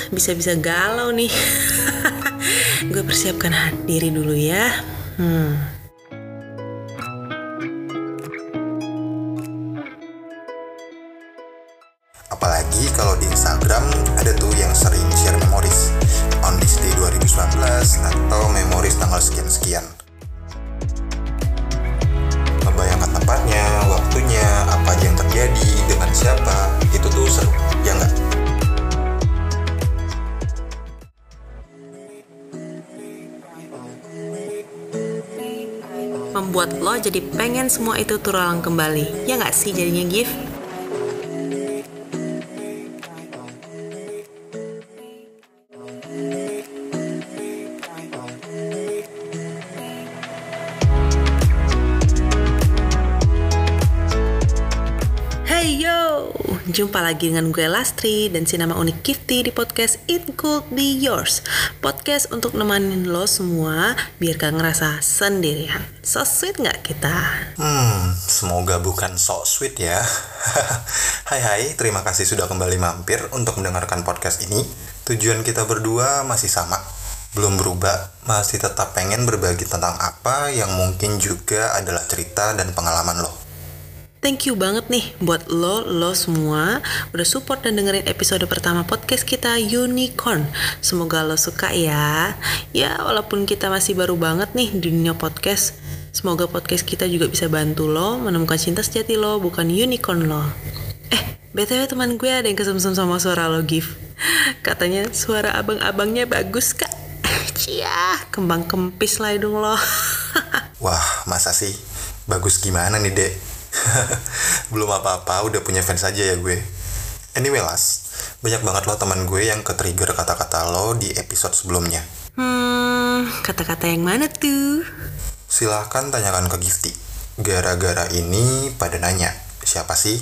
bisa-bisa galau nih. Gue persiapkan diri dulu ya. Apalagi kalau di Instagram ada tuh yang sering share memories on this day 2019 atau memories tanggal sekian-sekian. Membayangkan tempatnya, waktunya, apa aja yang terjadi, dengan siapa, itu tuh seru, ya nggak? Membuat lo jadi pengen semua itu terulang kembali. Ya nggak sih jadinya, Gif? Hey yo, jumpa lagi dengan gue Lastri dan si nama unik Gifty di podcast It Could Be Yours. Podcast untuk nemenin lo semua biar gak ngerasa sendirian. So sweet gak kita? Semoga bukan sok sweet ya. Hai, terima kasih sudah kembali mampir untuk mendengarkan podcast ini. Tujuan kita berdua masih sama, belum berubah, masih tetap pengen berbagi tentang apa yang mungkin juga adalah cerita dan pengalaman lo. Thank you banget nih buat lo semua udah support dan dengerin episode pertama podcast kita Unicorn. Semoga lo suka ya. Ya walaupun kita masih baru banget nih di dunia podcast, semoga podcast kita juga bisa bantu lo menemukan cinta sejati lo, bukan unicorn lo. BTW teman gue ada yang kesemsem sama suara lo, Gif. Katanya suara abang-abangnya bagus kak. Cia, kembang kempis lah hidung lo. Wah, masa sih? Bagus gimana nih, Dek? Belum apa-apa, udah punya fans aja ya gue. Anyway, Las, banyak banget lo teman gue yang ke-trigger kata-kata lo di episode sebelumnya. Kata-kata yang mana tuh? Silahkan tanyakan ke Gifty. Gara-gara ini pada nanya, siapa sih?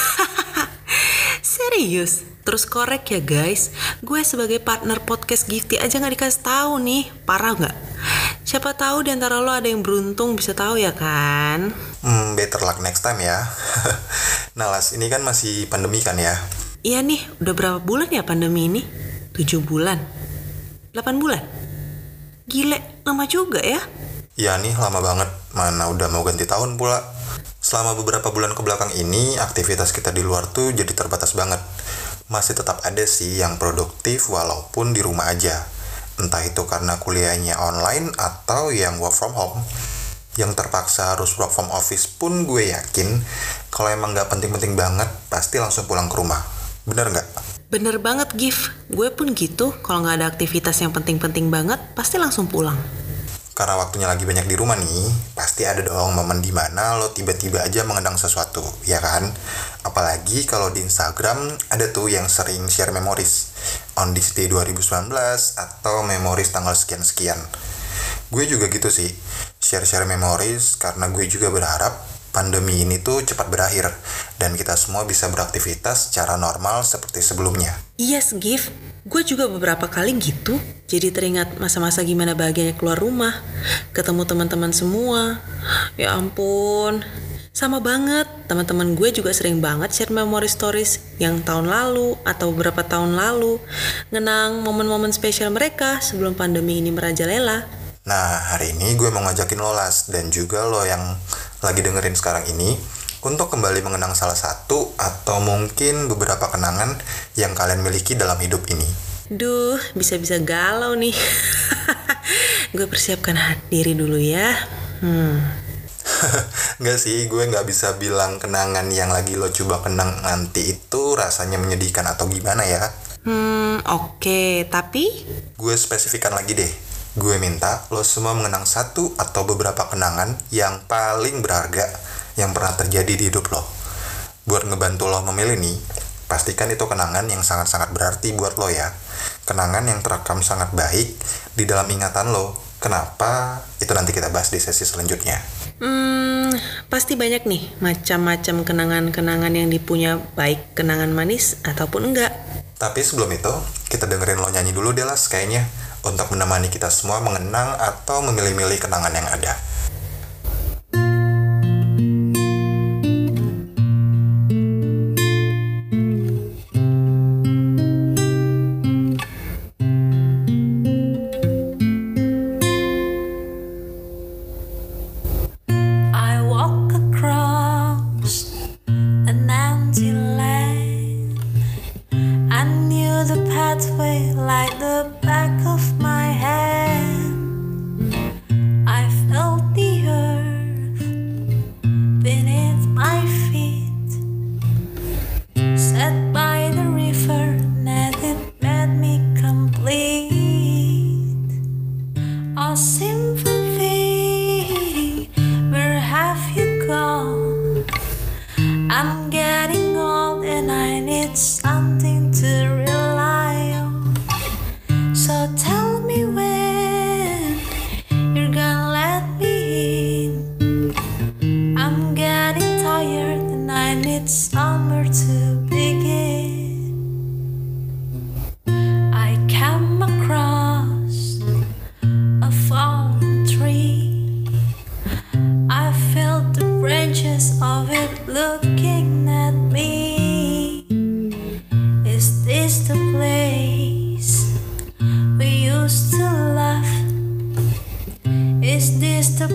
Serius? Terus korek ya guys, gue sebagai partner podcast Gifty aja gak dikasih tahu nih, parah gak? Siapa tahu di antara lo ada yang beruntung bisa tahu ya kan? Better luck next time ya. Nah Las, ini kan masih pandemi kan ya? Iya nih, udah berapa bulan ya pandemi ini? 7 bulan? 8 bulan? Gile, lama juga ya? Iya nih, lama banget. Mana udah mau ganti tahun pula. Selama beberapa bulan kebelakang ini, aktivitas kita di luar tuh jadi terbatas banget. Masih tetap ada sih yang produktif walaupun di rumah aja. Entah itu karena kuliahnya online atau yang work from home. Yang terpaksa harus work from office pun gue yakin kalau emang gak penting-penting banget pasti langsung pulang ke rumah. Bener gak? Bener banget Gif, gue pun gitu. Kalau gak ada aktivitas yang penting-penting banget pasti langsung pulang. Karena waktunya lagi banyak di rumah nih, pasti ada dong momen dimana lo tiba-tiba aja mengenang sesuatu, ya kan? Apalagi kalau di Instagram ada tuh yang sering share memories on this day 2019 atau memories tanggal sekian-sekian. Gue juga gitu sih, share-share memories karena gue juga berharap pandemi ini tuh cepat berakhir dan kita semua bisa beraktivitas secara normal seperti sebelumnya. Yes, Gif. Gue juga beberapa kali gitu. Jadi teringat masa-masa gimana bahagianya keluar rumah, ketemu teman-teman semua. Ya ampun. Sama banget, teman-teman gue juga sering banget share memory stories yang tahun lalu atau beberapa tahun lalu. Ngenang momen-momen spesial mereka sebelum pandemi ini merajalela. Nah, hari ini gue mau ngajakin lo Las dan juga lo yang lagi dengerin sekarang ini untuk kembali mengenang salah satu atau mungkin beberapa kenangan yang kalian miliki dalam hidup ini. Duh, bisa-bisa galau nih. Gue persiapkan diri dulu ya. Nggak sih, gue nggak bisa bilang kenangan yang lagi lo coba kenang nanti itu rasanya menyedihkan atau gimana ya. Oke, tapi Gue spesifikkan lagi deh. Gue minta lo semua mengenang satu atau beberapa kenangan yang paling berharga yang pernah terjadi di hidup lo. Buat ngebantu lo memilih nih, pastikan itu kenangan yang sangat-sangat berarti buat lo ya. Kenangan yang terekam sangat baik di dalam ingatan lo. Kenapa? Itu nanti kita bahas di sesi selanjutnya. Pasti banyak nih macam-macam kenangan-kenangan yang dipunya, baik kenangan manis ataupun enggak. Tapi sebelum itu, kita dengerin lo nyanyi dulu deh Las kayaknya, untuk menemani kita semua mengenang atau memilih-milih kenangan yang ada.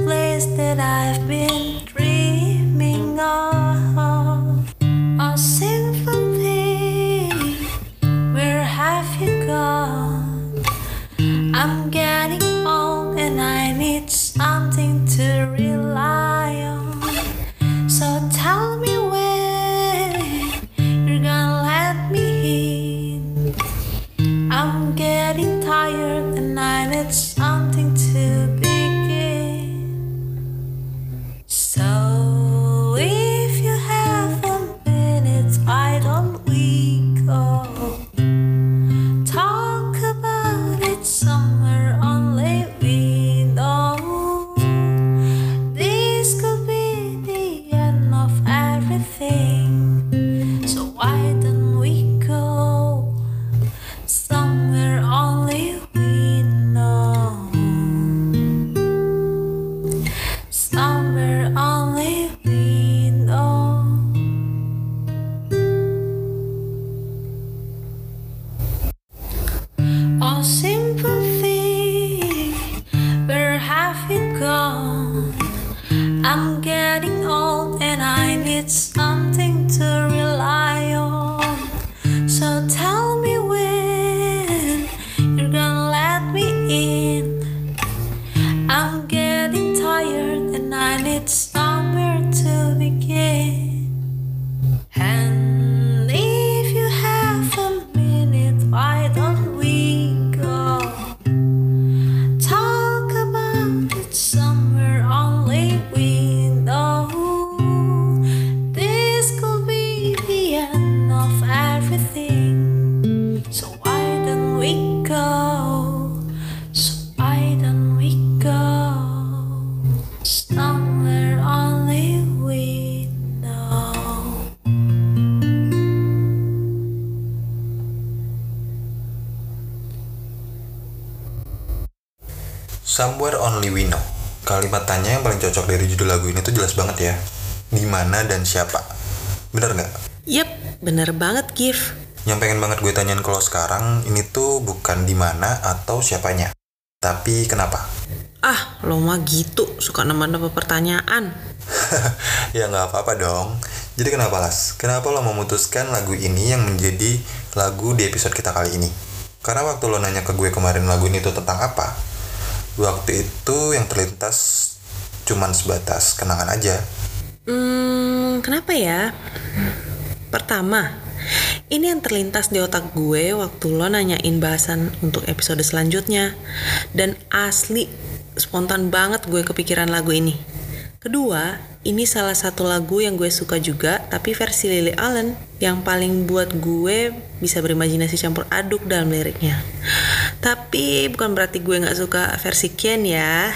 place that I've been dreaming of. Oh, sympathy, where have you gone? I'm getting old and I need something to rely on. So tell me when you're gonna let me in. I'm getting tired and I need something to begin. So if you have a minute, why don't we go talk about it somewhere only we know. This could be the end of everything. So why don't we go somewhere only we know? Somewhere only we know. Oh, sympathy, where have you gone? I'm getting old and I need something to rely on. So tell me when you're gonna let me in. I'm getting tired and I need somewhere to begin. And if you have a minute, why don't we go talk about it somewhere only we know. This could be the end of everything. So why don't we go? So why don't we go somewhere only we know? Somewhere Only We Know. Kalimat tanya yang paling cocok dari judul lagu ini tuh jelas banget ya. Di mana dan siapa. Bener nggak? Yep, bener banget, Gif. Yang pengen banget gue tanyain kalau sekarang ini tuh bukan di mana atau siapanya, tapi kenapa? Ah, lo mah gitu, suka nambah-nambah pertanyaan. Ya nggak apa-apa dong. Jadi kenapa Las? Kenapa lo memutuskan lagu ini yang menjadi lagu di episode kita kali ini? Karena waktu lo nanya ke gue kemarin lagu ini tuh tentang apa, waktu itu yang terlintas cuman sebatas kenangan aja. Kenapa ya? Pertama, ini yang terlintas di otak gue waktu lo nanyain bahasan untuk episode selanjutnya. Dan asli, spontan banget gue kepikiran lagu ini. Kedua, ini salah satu lagu yang gue suka juga, tapi versi Lily Allen, yang paling buat gue bisa berimajinasi campur aduk dalam liriknya. Tapi bukan berarti gue gak suka versi Ken ya.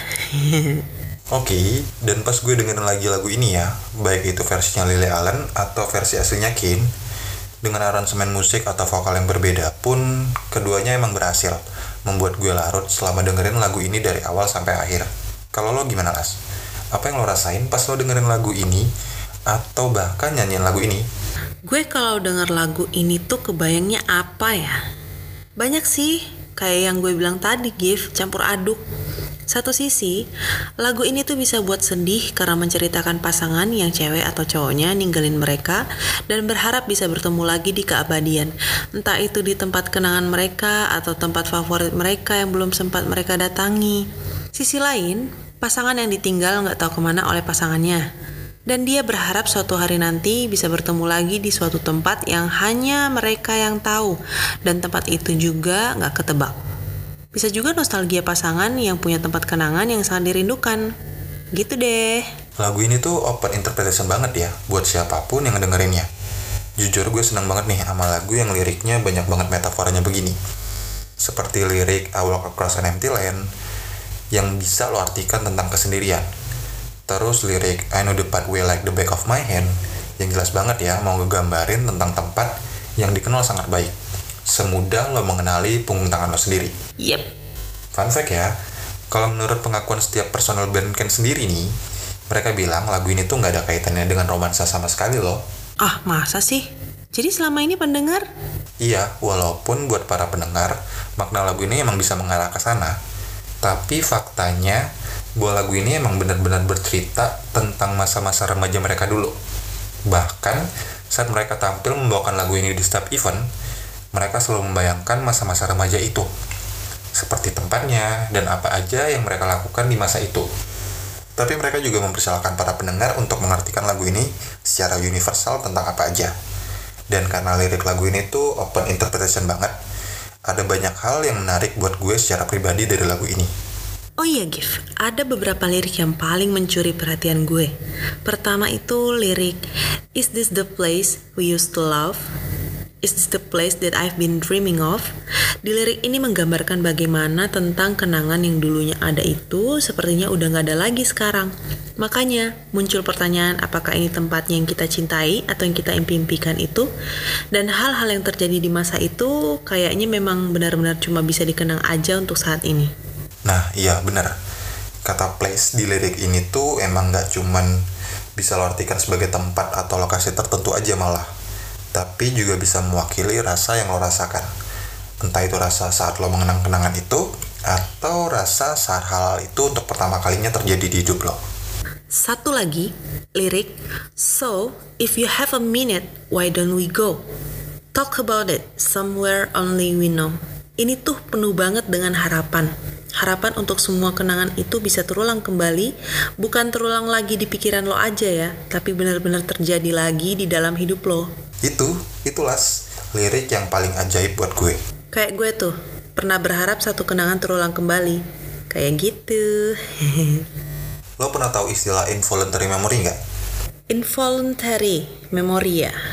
Oke, dan pas gue dengerin lagi lagu ini ya, baik itu versinya Lily Allen atau versi aslinya Ken, dengan aransemen musik atau vokal yang berbeda pun, keduanya emang berhasil membuat gue larut selama dengerin lagu ini dari awal sampai akhir. Kalau lo gimana, Las? Apa yang lo rasain pas lo dengerin lagu ini, atau bahkan nyanyiin lagu ini? Gue kalau denger lagu ini tuh kebayangnya apa ya? Banyak sih, kayak yang gue bilang tadi, Gif, campur aduk. Satu sisi, lagu ini tuh bisa buat sedih karena menceritakan pasangan yang cewek atau cowoknya ninggalin mereka dan berharap bisa bertemu lagi di keabadian. Entah itu di tempat kenangan mereka atau tempat favorit mereka yang belum sempat mereka datangi. Sisi lain, pasangan yang ditinggal gak tahu kemana oleh pasangannya. Dan dia berharap suatu hari nanti bisa bertemu lagi di suatu tempat yang hanya mereka yang tahu. Dan tempat itu juga gak ketebak. Bisa juga nostalgia pasangan yang punya tempat kenangan yang sangat dirindukan. Gitu deh. Lagu ini tuh open interpretation banget ya buat siapapun yang ngedengerinnya. Jujur gue seneng banget nih sama lagu yang liriknya banyak banget metaforanya begini. Seperti lirik I Walk Across an Empty Land yang bisa lo artikan tentang kesendirian. Terus lirik I Know the Pathway Like the Back of My Hand yang jelas banget ya mau ngegambarin tentang tempat yang dikenal sangat baik. Semudah lo mengenali punggung tangan lo sendiri. Yep. Fun fact ya, kalau menurut pengakuan setiap personal band Ken sendiri nih, mereka bilang lagu ini tuh gak ada kaitannya dengan romansa sama sekali loh. Ah, masa sih? Jadi selama ini pendengar? Iya, walaupun buat para pendengar, makna lagu ini emang bisa mengarah ke sana. Tapi faktanya, bahwa lagu ini emang benar-benar bercerita tentang masa-masa remaja mereka dulu. Bahkan saat mereka tampil membawakan lagu ini di setiap event, mereka selalu membayangkan masa-masa remaja itu, seperti tempatnya dan apa aja yang mereka lakukan di masa itu. Tapi mereka juga mempersilahkan para pendengar untuk mengartikan lagu ini secara universal tentang apa aja. Dan karena lirik lagu ini tuh open interpretation banget, ada banyak hal yang menarik buat gue secara pribadi dari lagu ini. Oh iya Gif, ada beberapa lirik yang paling mencuri perhatian gue. Pertama itu lirik, "Is this the place we used to love? Is this the place that I've been dreaming of?" Di lirik ini menggambarkan bagaimana tentang kenangan yang dulunya ada itu sepertinya udah gak ada lagi sekarang. Makanya muncul pertanyaan apakah ini tempatnya yang kita cintai atau yang kita impikan itu. Dan hal-hal yang terjadi di masa itu kayaknya memang benar-benar cuma bisa dikenang aja untuk saat ini. Nah iya benar, kata place di lirik ini tuh emang gak cuman bisa lo artikan sebagai tempat atau lokasi tertentu aja malah, tapi juga bisa mewakili rasa yang lo rasakan. Entah itu rasa saat lo mengenang kenangan itu, atau rasa saat hal itu untuk pertama kalinya terjadi di hidup lo. Satu lagi, lirik, "So, if you have a minute, why don't we go? Talk about it, somewhere only we know." Ini tuh penuh banget dengan harapan. Harapan untuk semua kenangan itu bisa terulang kembali, bukan terulang lagi di pikiran lo aja ya, tapi benar-benar terjadi lagi di dalam hidup lo. Itulah lirik yang paling ajaib buat gue. Kayak gue tuh, pernah berharap satu kenangan terulang kembali. Kayak gitu. Lo pernah tahu istilah involuntary memory nggak? Involuntary memory ya?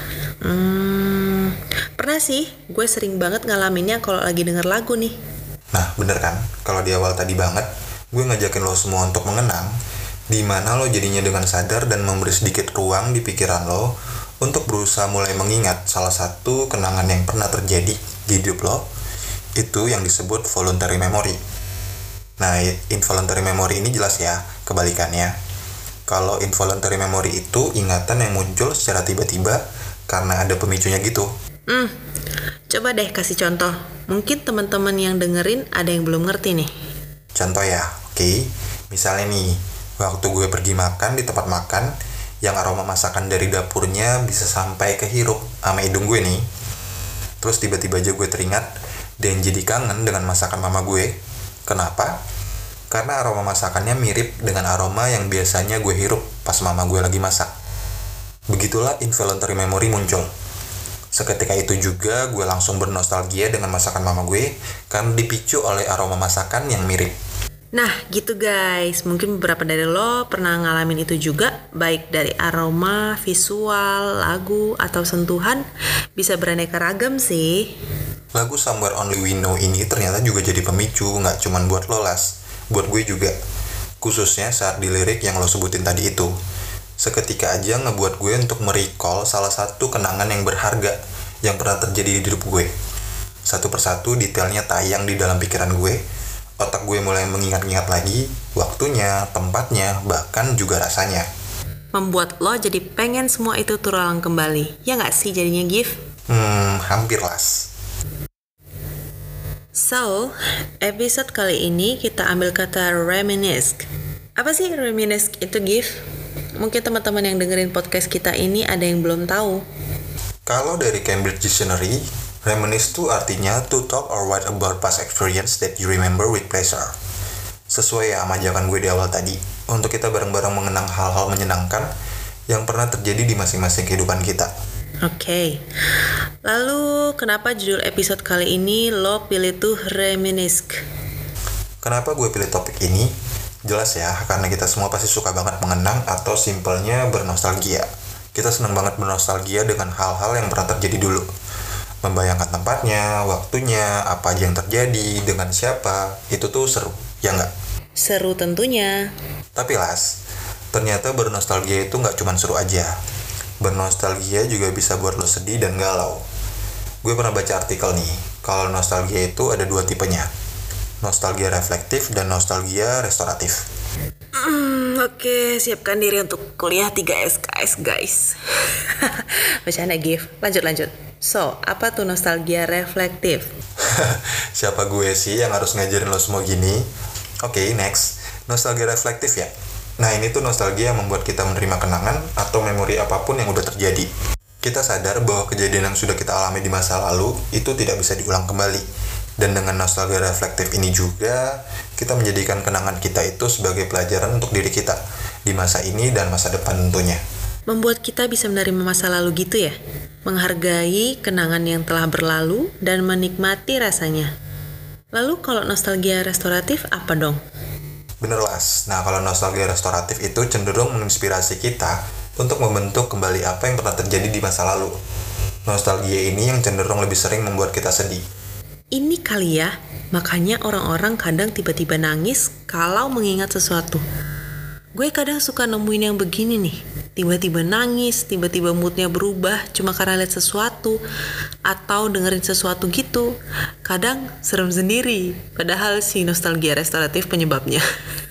Pernah sih, gue sering banget ngalaminnya kalau lagi denger lagu nih. Nah bener kan, kalau di awal tadi banget, gue ngajakin lo semua untuk mengenang, di mana lo jadinya dengan sadar dan memberi sedikit ruang di pikiran lo untuk berusaha mulai mengingat salah satu kenangan yang pernah terjadi di hidup lo, itu yang disebut voluntary memory. Nah, involuntary memory ini jelas ya, kebalikannya. Kalau involuntary memory itu ingatan yang muncul secara tiba-tiba karena ada pemicunya gitu. Coba deh kasih contoh. Mungkin teman-teman yang dengerin ada yang belum ngerti nih. Contoh ya, oke. Misalnya nih, waktu gue pergi makan di tempat makan, yang aroma masakan dari dapurnya bisa sampai kehirup sama hidung gue nih. Terus tiba-tiba aja gue teringat dan jadi kangen dengan masakan mama gue. Kenapa? Karena aroma masakannya mirip dengan aroma yang biasanya gue hirup pas mama gue lagi masak. Begitulah involuntary memory muncul. Seketika itu juga gue langsung bernostalgia dengan masakan mama gue karena dipicu oleh aroma masakan yang mirip. Nah gitu guys, mungkin beberapa dari lo pernah ngalamin itu juga, baik dari aroma, visual, lagu, atau sentuhan, bisa beraneka ragam sih. Lagu Somewhere Only We Know ini ternyata juga jadi pemicu, gak cuman buat lo Las, buat gue juga. Khususnya saat di lirik yang lo sebutin tadi itu. Seketika aja ngebuat gue untuk merecall salah satu kenangan yang berharga yang pernah terjadi di hidup gue. Satu persatu detailnya tayang di dalam pikiran gue. Otak gue mulai mengingat-ingat lagi waktunya, tempatnya, bahkan juga rasanya. Membuat lo jadi pengen semua itu terulang kembali. Ya nggak sih jadinya Gif? Hampir Las. So, episode kali ini kita ambil kata reminisce. Apa sih reminisce itu Gif? Mungkin teman-teman yang dengerin podcast kita ini ada yang belum tahu. Kalau dari Cambridge Dictionary, reminisce itu artinya to talk or write about past experience that you remember with pleasure. Sesuai ya sama ajakan gue di awal tadi, untuk kita bareng-bareng mengenang hal-hal menyenangkan yang pernah terjadi di masing-masing kehidupan kita. Oke. Lalu kenapa judul episode kali ini lo pilih tuh reminisce? Kenapa gue pilih topik ini? Jelas ya, karena kita semua pasti suka banget mengenang atau simpelnya bernostalgia. Kita senang banget bernostalgia dengan hal-hal yang pernah terjadi dulu. Membayangkan tempatnya, waktunya, apa aja yang terjadi, dengan siapa. Itu tuh seru, ya nggak? Seru tentunya. Tapi Las, ternyata bernostalgia itu nggak cuma seru aja. Bernostalgia juga bisa buat lo sedih dan galau. Gue pernah baca artikel nih, kalau nostalgia itu ada dua tipenya. Nostalgia reflektif dan nostalgia restoratif. Oke, siapkan diri untuk kuliah 3 SKS guys. Bercanda Gif, lanjut. So, apa tuh nostalgia reflektif? Siapa gue sih yang harus ngajarin lo semua gini? Oke, next. Nostalgia reflektif ya. Nah ini tuh nostalgia yang membuat kita menerima kenangan atau memori apapun yang udah terjadi. Kita sadar bahwa kejadian yang sudah kita alami di masa lalu itu tidak bisa diulang kembali. Dan dengan nostalgia reflektif ini juga, kita menjadikan kenangan kita itu sebagai pelajaran untuk diri kita di masa ini dan masa depan tentunya. Membuat kita bisa menerima masa lalu gitu ya? Menghargai kenangan yang telah berlalu dan menikmati rasanya. Lalu kalau nostalgia restoratif apa dong? Bener Las, nah kalau nostalgia restoratif itu cenderung menginspirasi kita untuk membentuk kembali apa yang pernah terjadi di masa lalu. Nostalgia ini yang cenderung lebih sering membuat kita sedih. Ini kali ya, makanya orang-orang kadang tiba-tiba nangis kalau mengingat sesuatu. Gue kadang suka nemuin yang begini nih, tiba-tiba nangis, tiba-tiba moodnya berubah cuma karena lihat sesuatu atau dengerin sesuatu gitu. Kadang serem sendiri, padahal si nostalgia restoratif penyebabnya.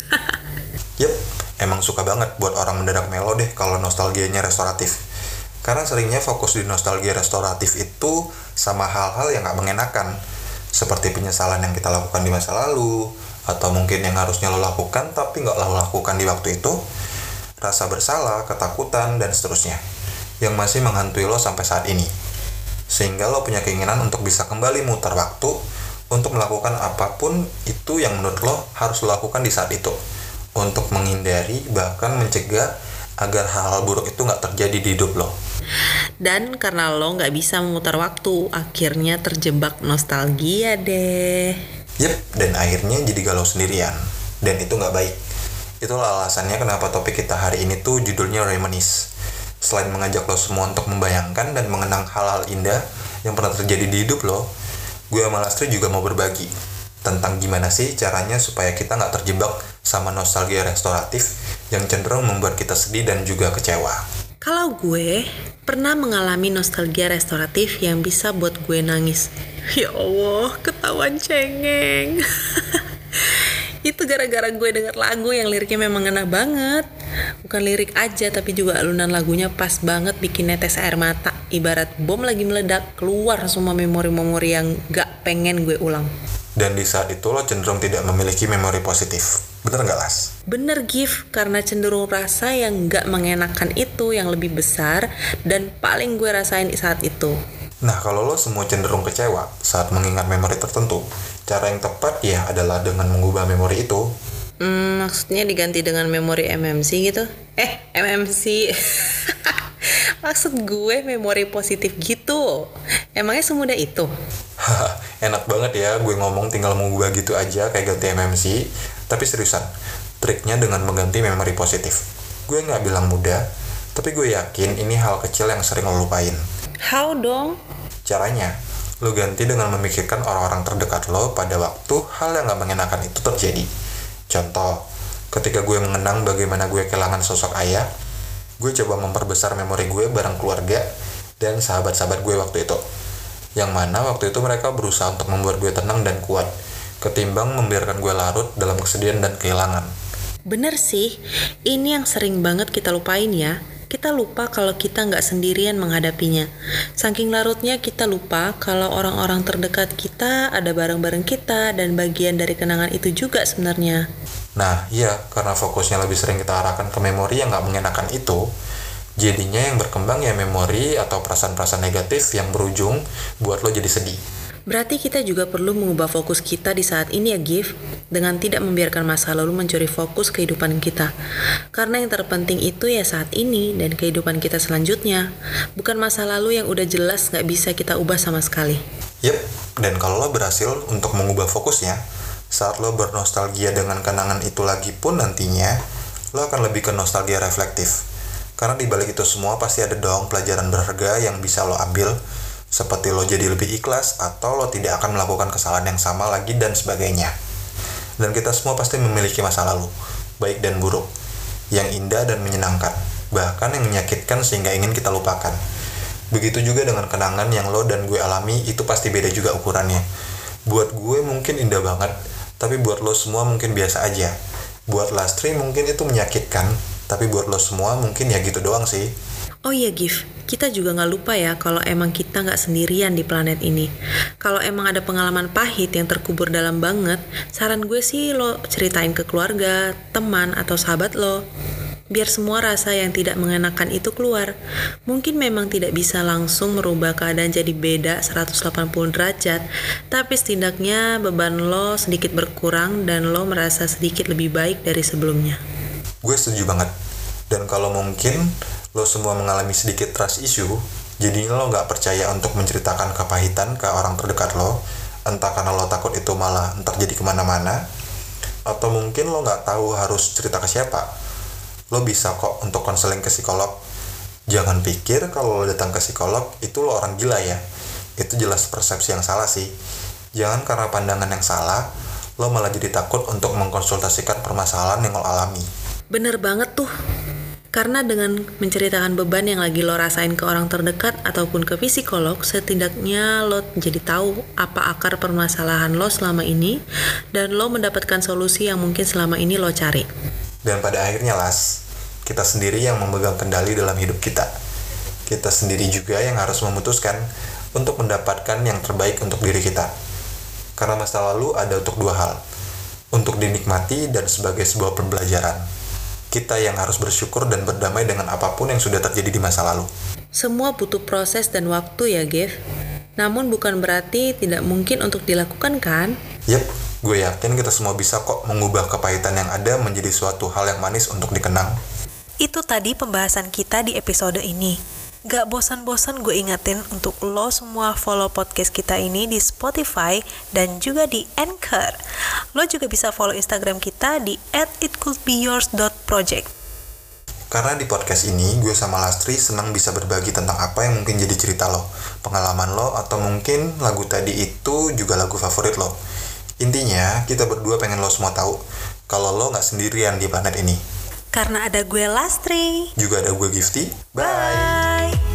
Yep, emang suka banget buat orang mendadak melo deh kalau nostalgianya restoratif. Karena seringnya fokus di nostalgia restoratif itu sama hal-hal yang gak mengenakan, seperti penyesalan yang kita lakukan di masa lalu, atau mungkin yang harusnya lo lakukan tapi gak lo lakukan di waktu itu, rasa bersalah, ketakutan, dan seterusnya, yang masih menghantui lo sampai saat ini. Sehingga lo punya keinginan untuk bisa kembali muter waktu, untuk melakukan apapun itu yang menurut lo harus lo lakukan di saat itu, untuk menghindari, bahkan mencegah agar hal-hal buruk itu gak terjadi di hidup lo. Dan karena lo gak bisa memutar waktu, akhirnya terjebak nostalgia deh. Yep, dan akhirnya jadi galau sendirian. Dan itu gak baik. Itulah alasannya kenapa topik kita hari ini tuh judulnya Reminisce. Selain mengajak lo semua untuk membayangkan dan mengenang hal-hal indah yang pernah terjadi di hidup lo, gue sama Lastri juga mau berbagi tentang gimana sih caranya supaya kita gak terjebak sama nostalgia restoratif yang cenderung membuat kita sedih dan juga kecewa. Kalau gue pernah mengalami nostalgia restoratif yang bisa buat gue nangis. Ya Allah, ketahuan cengeng. Itu gara-gara gue denger lagu yang liriknya memang ngena banget. Bukan lirik aja, tapi juga alunan lagunya pas banget bikin netes air mata. Ibarat bom lagi meledak, keluar semua memori-memori yang gak pengen gue ulang. Dan di saat itu lo cenderung tidak memiliki memori positif. Bener gak Las? Bener Gif, karena cenderung rasa yang gak mengenakan itu yang lebih besar dan paling gue rasain saat itu. Nah kalau lo semua cenderung kecewa saat mengingat memori tertentu, cara yang tepat ya adalah dengan mengubah memori itu. Maksudnya diganti dengan memori MMC gitu? MMC. Maksud gue memori positif gitu. Emangnya semudah itu? Enak banget ya gue ngomong tinggal mengubah gitu aja kayak ganti MMC. Tapi seriusan, triknya dengan mengganti memori positif. Gue gak bilang mudah, tapi gue yakin ini hal kecil yang sering lo lupain. How dong? Caranya, lo ganti dengan memikirkan orang-orang terdekat lo pada waktu hal yang gak mengenakan itu terjadi. Contoh, ketika gue mengenang bagaimana gue kehilangan sosok ayah, gue coba memperbesar memori gue bareng keluarga dan sahabat-sahabat gue waktu itu. Yang mana waktu itu mereka berusaha untuk membuat gue tenang dan kuat, ketimbang membiarkan gue larut dalam kesedihan dan kehilangan. Bener sih, ini yang sering banget kita lupain ya. Kita lupa kalau kita nggak sendirian menghadapinya. Saking larutnya kita lupa kalau orang-orang terdekat kita ada bareng-bareng kita dan bagian dari kenangan itu juga sebenarnya. Nah iya, karena fokusnya lebih sering kita arahkan ke memori yang nggak mengenakan itu, jadinya yang berkembang ya memori atau perasaan-perasaan negatif yang berujung buat lo jadi sedih. Berarti kita juga perlu mengubah fokus kita di saat ini ya Gif, dengan tidak membiarkan masa lalu mencuri fokus kehidupan kita. Karena yang terpenting itu ya saat ini dan kehidupan kita selanjutnya, bukan masa lalu yang udah jelas gak bisa kita ubah sama sekali. Yep, dan kalau lo berhasil untuk mengubah fokusnya, saat lo bernostalgia dengan kenangan itu lagi pun nantinya, lo akan lebih ke nostalgia reflektif. Karena di balik itu semua pasti ada dong pelajaran berharga yang bisa lo ambil, seperti lo jadi lebih ikhlas atau lo tidak akan melakukan kesalahan yang sama lagi dan sebagainya. Dan kita semua pasti memiliki masa lalu, baik dan buruk, yang indah dan menyenangkan, bahkan yang menyakitkan sehingga ingin kita lupakan. Begitu juga dengan kenangan yang lo dan gue alami, itu pasti beda juga ukurannya. Buat gue mungkin indah banget, tapi buat lo semua mungkin biasa aja. Buat Lastri mungkin itu menyakitkan, tapi buat lo semua mungkin ya gitu doang sih. Oh iya Gif, kita juga nggak lupa ya kalau emang kita nggak sendirian di planet ini. Kalau emang ada pengalaman pahit yang terkubur dalam banget, saran gue sih lo ceritain ke keluarga, teman, atau sahabat lo. Biar semua rasa yang tidak mengenakan itu keluar. Mungkin memang tidak bisa langsung merubah keadaan jadi beda 180 derajat, tapi setidaknya beban lo sedikit berkurang dan lo merasa sedikit lebih baik dari sebelumnya. Gue setuju banget. Dan kalau mungkin lo semua mengalami sedikit trust issue, jadinya lo gak percaya untuk menceritakan kepahitan ke orang terdekat lo, entah karena lo takut itu malah ntar jadi kemana-mana, atau mungkin lo gak tahu harus cerita ke siapa. Lo bisa kok untuk konseling ke psikolog. Jangan pikir kalau lo datang ke psikolog itu lo orang gila ya. Itu jelas persepsi yang salah sih. Jangan karena pandangan yang salah, lo malah jadi takut untuk mengkonsultasikan permasalahan yang lo alami. Bener banget tuh. Karena dengan menceritakan beban yang lagi lo rasain ke orang terdekat ataupun ke psikolog, setidaknya lo jadi tahu apa akar permasalahan lo selama ini dan lo mendapatkan solusi yang mungkin selama ini lo cari. Dan pada akhirnya Las, kita sendiri yang memegang kendali dalam hidup kita. Kita sendiri juga yang harus memutuskan untuk mendapatkan yang terbaik untuk diri kita. Karena masa lalu ada untuk dua hal, untuk dinikmati dan sebagai sebuah pembelajaran. Kita yang harus bersyukur dan berdamai dengan apapun yang sudah terjadi di masa lalu. Semua butuh proses dan waktu ya, Gev. Namun bukan berarti tidak mungkin untuk dilakukan kan? Yep, gue yakin kita semua bisa kok mengubah kepahitan yang ada menjadi suatu hal yang manis untuk dikenang. Itu tadi pembahasan kita di episode ini. Gak bosan-bosan gue ingetin untuk lo semua follow podcast kita ini di Spotify dan juga di Anchor. Lo juga bisa follow Instagram kita di @itcouldbeyours.project. Karena di podcast ini gue sama Lastri senang bisa berbagi tentang apa yang mungkin jadi cerita lo, pengalaman lo, atau mungkin lagu tadi itu juga lagu favorit lo. Intinya kita berdua pengen lo semua tahu kalau lo gak sendirian di planet ini. Karena ada gue Lastri. Juga ada gue Gifty. Bye.